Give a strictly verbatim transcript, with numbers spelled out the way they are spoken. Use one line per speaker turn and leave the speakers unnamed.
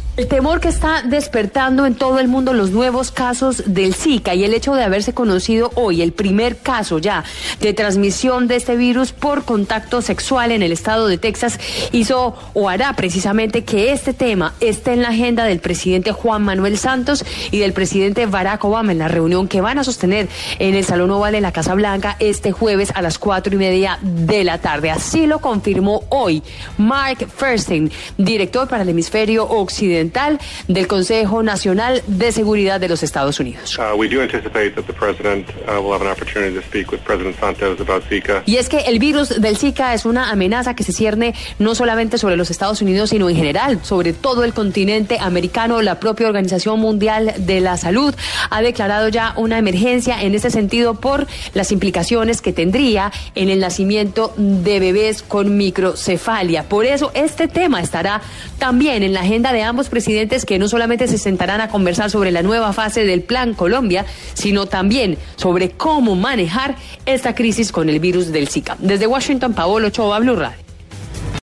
El temor que está despertando en todo el mundo los nuevos casos del Zika y el hecho de haberse conocido hoy el primer caso ya de transmisión de este virus por contacto sexual en el estado de Texas hizo o hará precisamente que este tema esté en la agenda del presidente Juan Manuel Santos y del presidente Barack Obama en la reunión que van a sostener en el Salón Oval de la Casa Blanca este jueves a las cuatro y media de la tarde. Así lo confirmó hoy Mark Feuerstein, director para el hemisferio occidental del Consejo Nacional de Seguridad de los Estados Unidos.
Uh, we do anticipate that the president uh, will have an opportunity to speak with President Santos about Zika.
Y es que el virus del Zika es una amenaza que se cierne no solamente sobre los Estados Unidos, sino en general sobre todo el continente americano. La propia Organización Mundial de la Salud ha declarado ya una emergencia en este sentido por las implicaciones que tendría en el nacimiento de bebés con microcefalia. Por eso este tema estará también en la agenda de ambos presidentes, que no solamente se sentarán a conversar sobre la nueva fase del Plan Colombia, sino también sobre cómo manejar esta crisis con el virus del Zika. Desde Washington, Paolo Ochoa, Blue Radio.